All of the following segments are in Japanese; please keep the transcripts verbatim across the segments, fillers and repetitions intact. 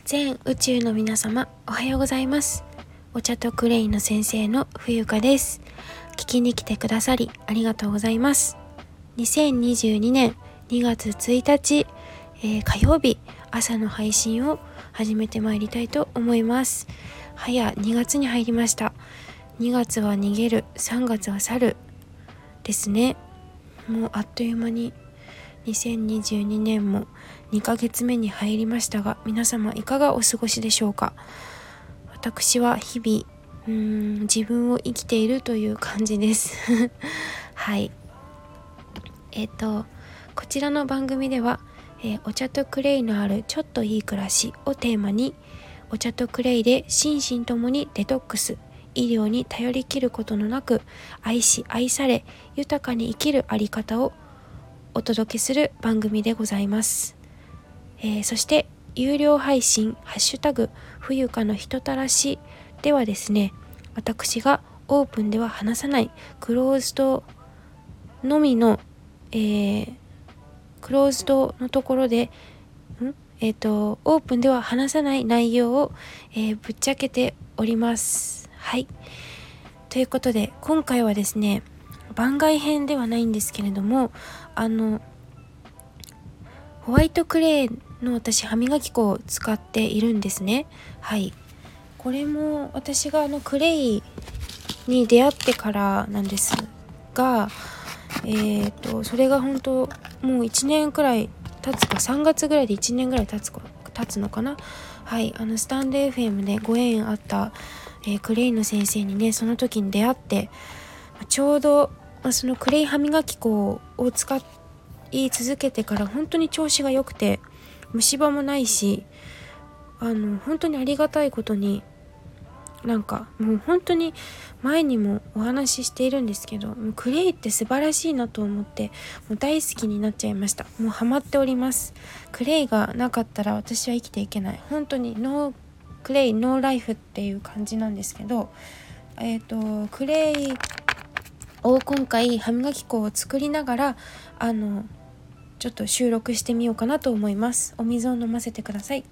全宇宙の皆様、おはようございます。お茶とクレイの先生の冬香です。聞きに来てくださりありがとうございます。にせんにじゅうにねんにがつついたち、えー、火曜日朝の配信を始めてまいりたいと思います。早にがつに入りました。にがつは逃げる、さんがつは去るですね。もうあっという間ににせんにじゅうにねんもにかげつめに入りましたが、皆様いかがお過ごしでしょうか。私は日々うーん自分を生きているという感じですはいえっ、ー、とこちらの番組では、えー、お茶とクレイのあるちょっといい暮らしをテーマに、お茶とクレイで心身ともにデトックス、医療に頼り切ることのなく愛し愛され豊かに生きるあり方をお届けする番組でございます。えー、そして有料配信ハッシュタグ冬香の人たらしではですね、私がオープンでは話さないクローズドのみの、えー、クローズドのところでんえっ、ー、とオープンでは話さない内容を、えー、ぶっちゃけております。はい、ということで今回はですね、番外編ではないんですけれども、あのホワイトクレイの私歯磨き粉を使っているんですね。はい、これも私があのクレイに出会ってからなんですが、えーとそれが本当もういちねんくらい経つか、さんがつぐらいでいちねんぐらい経つか経つのかな。はい、あのスタンド エフエム でご縁あった、えー、クレイの先生にね、その時に出会って、ちょうどそのクレイ歯磨き粉を使い続けてから本当に調子が良くて、虫歯もないし、あの本当にありがたいことに、なんかもう本当に前にもお話ししているんですけど、もうクレイって素晴らしいなと思って、もう大好きになっちゃいました。もうハマっております。クレイがなかったら私は生きていけない。本当にノークレイノーライフっていう感じなんですけど、えっとクレイを今回歯磨き粉を作りながらあのちょっと収録してみようかなと思います。お水を飲ませてください。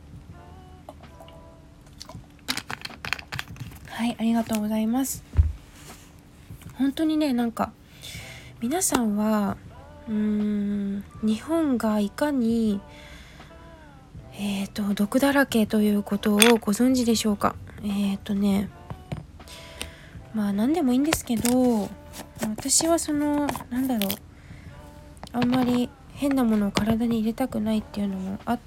はい、ありがとうございます。本当にね、なんか皆さんはうーん日本がいかにえーと毒だらけということをご存知でしょうか。えーとねまあ何でもいいんですけど、私はそのなんだろうあんまり変なものを体に入れたくないっていうのもあって、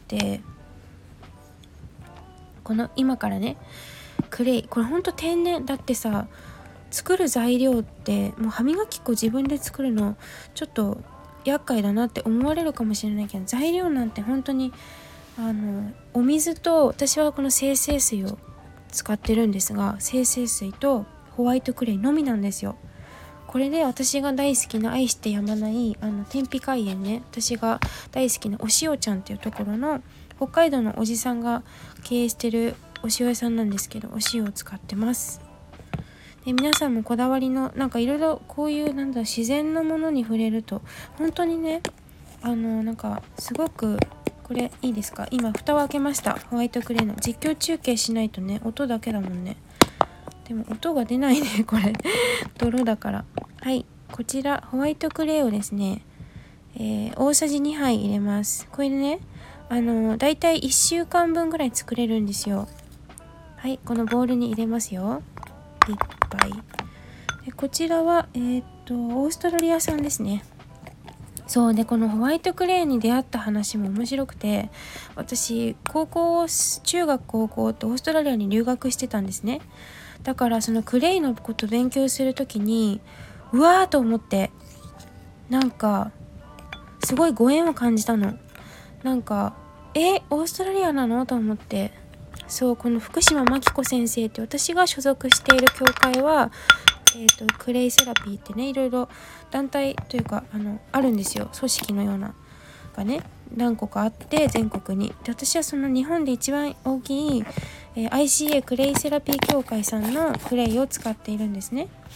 この今からねクレイ、これほんと天然だってさ、作る材料ってもう歯磨き粉自分で作るのちょっと厄介だなって思われるかもしれないけど、材料なんて本当にあのお水と、私はこの精製水を使ってるんですが、精製水とホワイトクレイのみなんですよ。これで私が大好きな愛してやまないあの天日海塩ね、私が大好きなお塩ちゃんっていうところの北海道のおじさんが経営してるお塩屋さんなんですけど、お塩を使ってます。で皆さんもこだわりのなんかいろいろこういうなんだ自然のものに触れると本当にね、あのなんかすごく、これいいですか、今蓋を開けました。ホワイトクレイの実況中継しないとね、音だけだもんね。でも音が出ないねこれ泥だから。はい、こちらホワイトクレイをですね、えー、大さじにはい入れます。これでね、あのだいたいいっしゅうかんぶんぐらい作れるんですよ。はい、このボウルに入れますよ。いっぱいで、こちらはえー、っとオーストラリア産ですね。そうで、このホワイトクレイに出会った話も面白くて、私高校中学高校とオーストラリアに留学してたんですね。だからそのクレイのこと勉強するときにうわーと思って、なんかすごいご縁を感じたの。なんかえオーストラリアなのと思って、そうこの福島真紀子先生って私が所属している協会は、えー、とクレイセラピーってね、いろいろ団体というかあのあるんですよ。組織のようながね何個かあって全国に。で私はその日本で一番大きい、えー、アイシーエー クレイセラピー協会さんのクレイを使っているんですね。は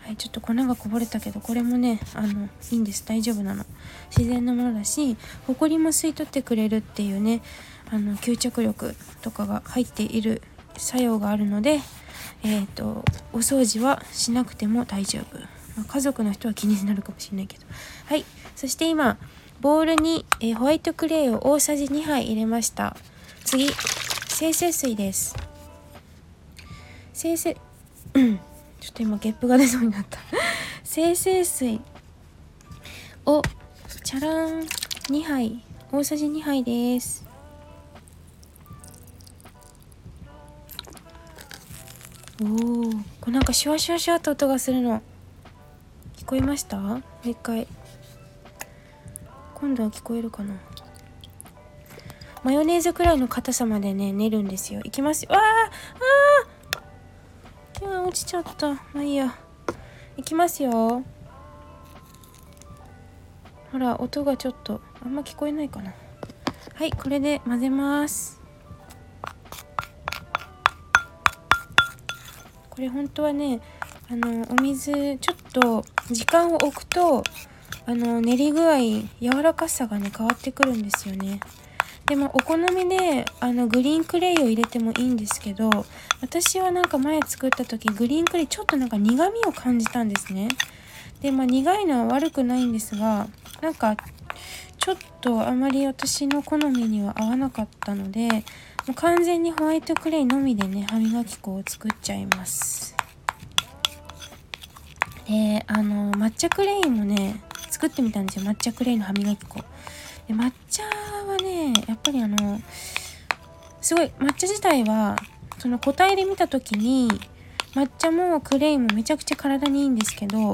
はい、ちょっと粉がこぼれたけど、これもねあのいいんです、大丈夫なの。自然なものだし、ほこりも吸い取ってくれるっていうね、あの吸着力とかが入っている作用があるので、えーとお掃除はしなくても大丈夫。まあ、家族の人は気になるかもしれないけど。はい、そして今ボウルに、えー、ホワイトクレイを大さじにはい入れました。次、精製水です。精製うんちょっと今ゲップが出そうになった精製水をチャランにはい、大さじにはいです。おお、これなんかシュワシュワシュワって音がするの聞こえました？もう一回、今度は聞こえるかな。マヨネーズくらいの硬さまでね練るんですよ。いきますよ。あーあー、いや落ちちゃった。まあいいや、いきますよ。ほら音がちょっとあんま聞こえないかな。はい、これで混ぜます。これ本当はね、あのお水ちょっと時間を置くとあの練り具合、柔らかさがね変わってくるんですよね。でもお好みであのグリーンクレイを入れてもいいんですけど、私はなんか前作った時グリーンクレイちょっとなんか苦味を感じたんですね。でまあ苦いのは悪くないんですが、なんかちょっとあまり私の好みには合わなかったので、もう完全にホワイトクレイのみでね歯磨き粉を作っちゃいます。であの抹茶クレイもね作ってみたんですよ。抹茶クレイの歯磨き粉で、抹茶はねやっぱりあのすごい抹茶自体はその個体で見た時に抹茶もクレイもめちゃくちゃ体にいいんですけど、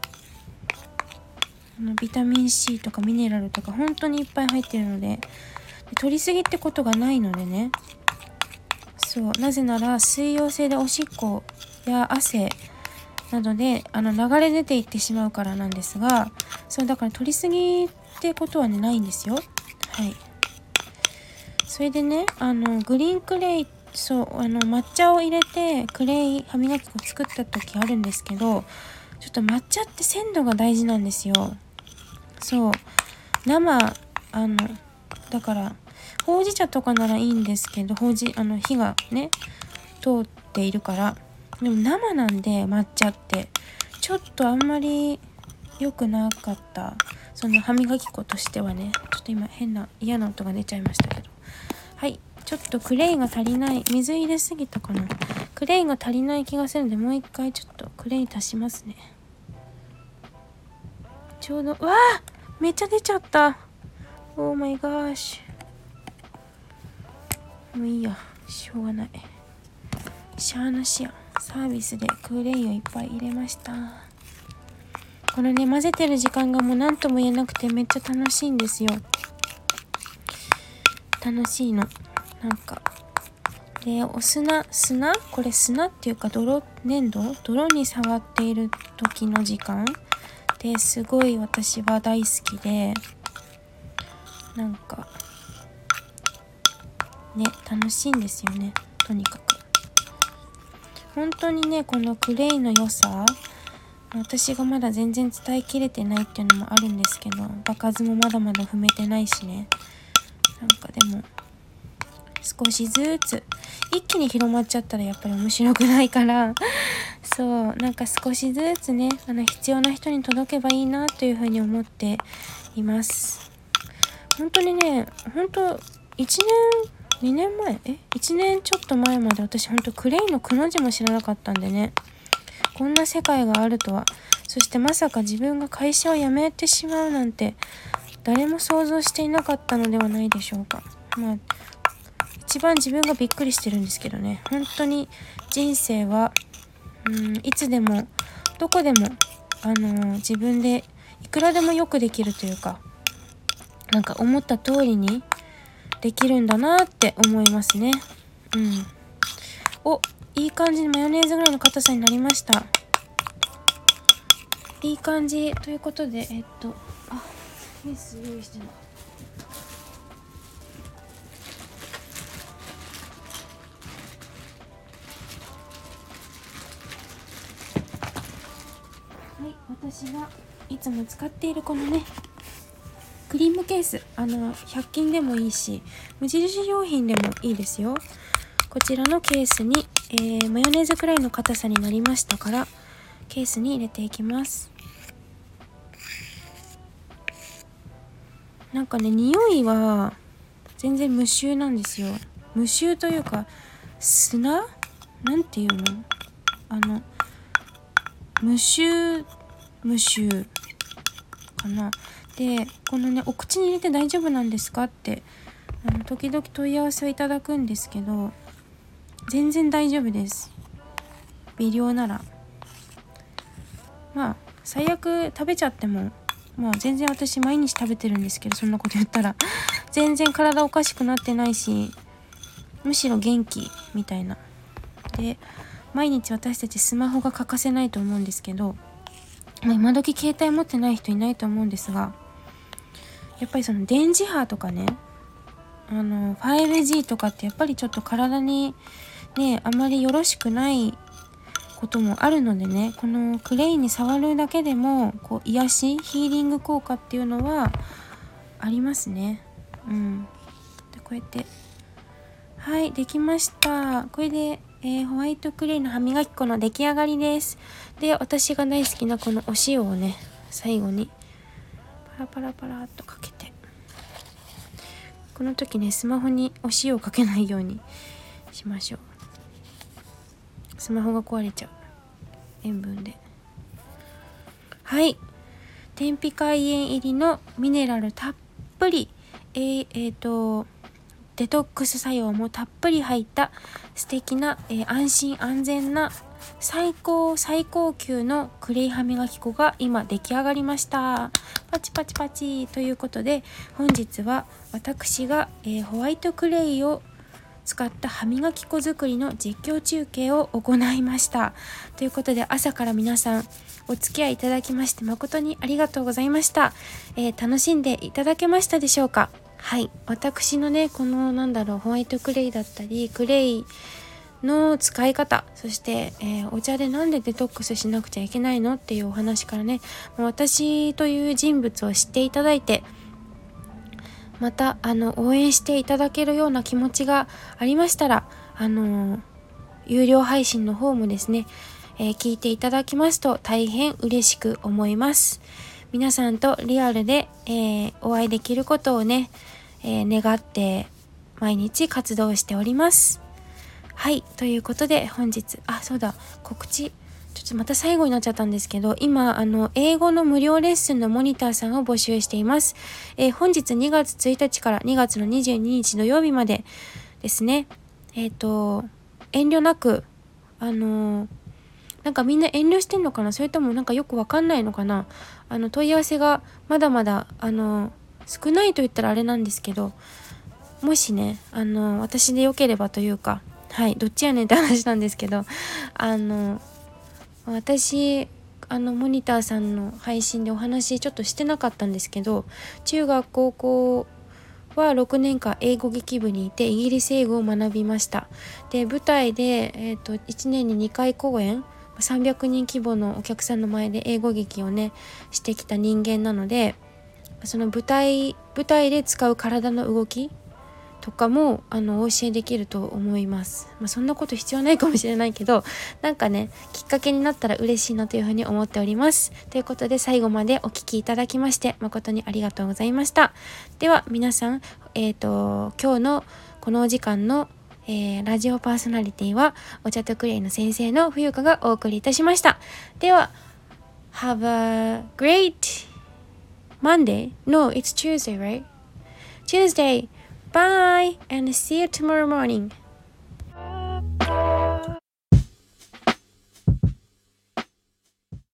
あのビタミン C とかミネラルとか本当にいっぱい入ってるので、取りすぎってことがないのでね。そう、なぜなら水溶性でおしっこや汗などであの流れ出ていってしまうからなんですが、そうだから取りすぎってことはねないんですよ。はい。それでね、あのグリーンクレイ、そうあの抹茶を入れてクレイ歯磨き粉作った時あるんですけど、ちょっと抹茶って鮮度が大事なんですよ。そう、生あのだからほうじ茶とかならいいんですけど、ほうじあの火がね通っているから。でも生なんで抹茶ってちょっとあんまり良くなかった、その歯磨き粉としてはね。ちょっと今変な嫌な音が出ちゃいましたけど、はい、ちょっとクレイが足りない、水入れすぎたかな。クレイが足りない気がするので、もう一回ちょっとクレイ足しますね。ちょうど、わあめっちゃ出ちゃった。オーマイガーシュ。もういいや、しょうがない、しゃーなしや。サービスでクレイをいっぱい入れました。このね混ぜてる時間がもう何とも言えなくてめっちゃ楽しいんですよ。楽しいのなんか。でお砂砂これ砂っていうか泥粘土泥に触っている時の時間ですごい私は大好きで、なんかね楽しいんですよね。とにかく本当にねこのクレイの良さ、私がまだ全然伝えきれてないっていうのもあるんですけど、場数もまだまだ踏めてないしね。なんかでも少しずつ一気に広まっちゃったらやっぱり面白くないからそうなんか少しずつねあの必要な人に届けばいいなというふうに思っています。本当にね、本当いちねんにねんまええいちねんちょっと前まで私本当クレイのくの字も知らなかったんでね、こんな世界があるとは。そしてまさか自分が会社を辞めてしまうなんて誰も想像していなかったのではないでしょうか。まあ一番自分がびっくりしてるんですけどね。本当に人生はうんいつでもどこでもあのー、自分でいくらでもよくできるというか、なんか思った通りにできるんだなって思いますね。うん。お、いい感じにマヨネーズぐらいの硬さになりました。いい感じということで、えっとあケース用意してなかった。 私がいつも使っているこのねクリームケース、あのひゃく均でもいいし無印良品でもいいですよ。こちらのケースに、えー、マヨネーズくらいの硬さになりましたからケースに入れていきます。なんかね、匂いは全然無臭なんですよ。無臭というか砂なんていうの、あの無臭無臭かな。でこのね、お口に入れて大丈夫なんですかってあの時々問い合わせをいただくんですけど、全然大丈夫です。微量ならまあ最悪食べちゃってもまあ全然、私毎日食べてるんですけど、そんなこと言ったら全然体おかしくなってないし、むしろ元気みたいな。で毎日私たちスマホが欠かせないと思うんですけど、まあ、今時携帯持ってない人いないと思うんですが、やっぱりその電磁波とかね、あの ファイブジー とかってやっぱりちょっと体にねあまりよろしくないこともあるのでね、このクレイに触るだけでもこう癒しヒーリング効果っていうのはありますね。うん。でこうやってはいできました。これで、えー、ホワイトクレイの歯磨き粉の出来上がりです。で私が大好きなこのお塩をね最後にパラパラパラっとかけて、この時ねスマホにお塩をかけないようにしましょう。スマホが壊れちゃう、塩分で。はい、天日海塩入りのミネラルたっぷり、えー、えーとデトックス作用もたっぷり入った素敵な、えー、安心安全な最高最高級のクレイ歯磨き粉が今出来上がりました。パチパチパチということで、本日は私が、えー、ホワイトクレイを使った歯磨き粉作りの実況中継を行いました。ということで、朝から皆さんお付き合いいただきまして誠にありがとうございました。えー、楽しんでいただけましたでしょうか。はい、私のねこのなんだろうホワイトクレイだったりクレイの使い方、そして、えー、お茶でなんでデトックスしなくちゃいけないのっていうお話からね、私という人物を知っていただいて、またあの応援していただけるような気持ちがありましたら、あのー、有料配信の方もですね、えー、聞いていただきますと大変嬉しく思います。皆さんとリアルで、えー、お会いできることをね、えー、願って毎日活動しております。はい、ということで本日、あ、そうだ、告知ちょっとまた最後になっちゃったんですけど、今あの英語の無料レッスンのモニターさんを募集しています。えー、本日にがつついたちからにがつのにじゅうににち土曜日までですね。えっと遠慮なく、あのー、なんかみんな遠慮してんのかな、それともなんかよくわかんないのかな、あの問い合わせがまだまだあの少ないと言ったらあれなんですけど、もしねあの私でよければというか、はいどっちやねんって話なんですけど、あの私あのモニターさんの配信でお話ちょっとしてなかったんですけど、中学高校はろくねんかん英語劇部にいてイギリス英語を学びました。で舞台で、えーと、いちねんににかい公演、さんびゃくにん規模のお客さんの前で英語劇をねしてきた人間なので、その舞台舞台で使う体の動きとかもあのお教えできると思います。まあ、そんなこと必要ないかもしれないけど、なんかねきっかけになったら嬉しいなというふうに思っております。ということで最後までお聞きいただきまして誠にありがとうございました。では皆さん、えーと今日のこのお時間の、えー、ラジオパーソナリティはお茶とクレイの先生の冬香がお送りいたしました。では Have a great Monday. No, it's Tuesday, right? Tuesday. Bye and see you tomorrow morning.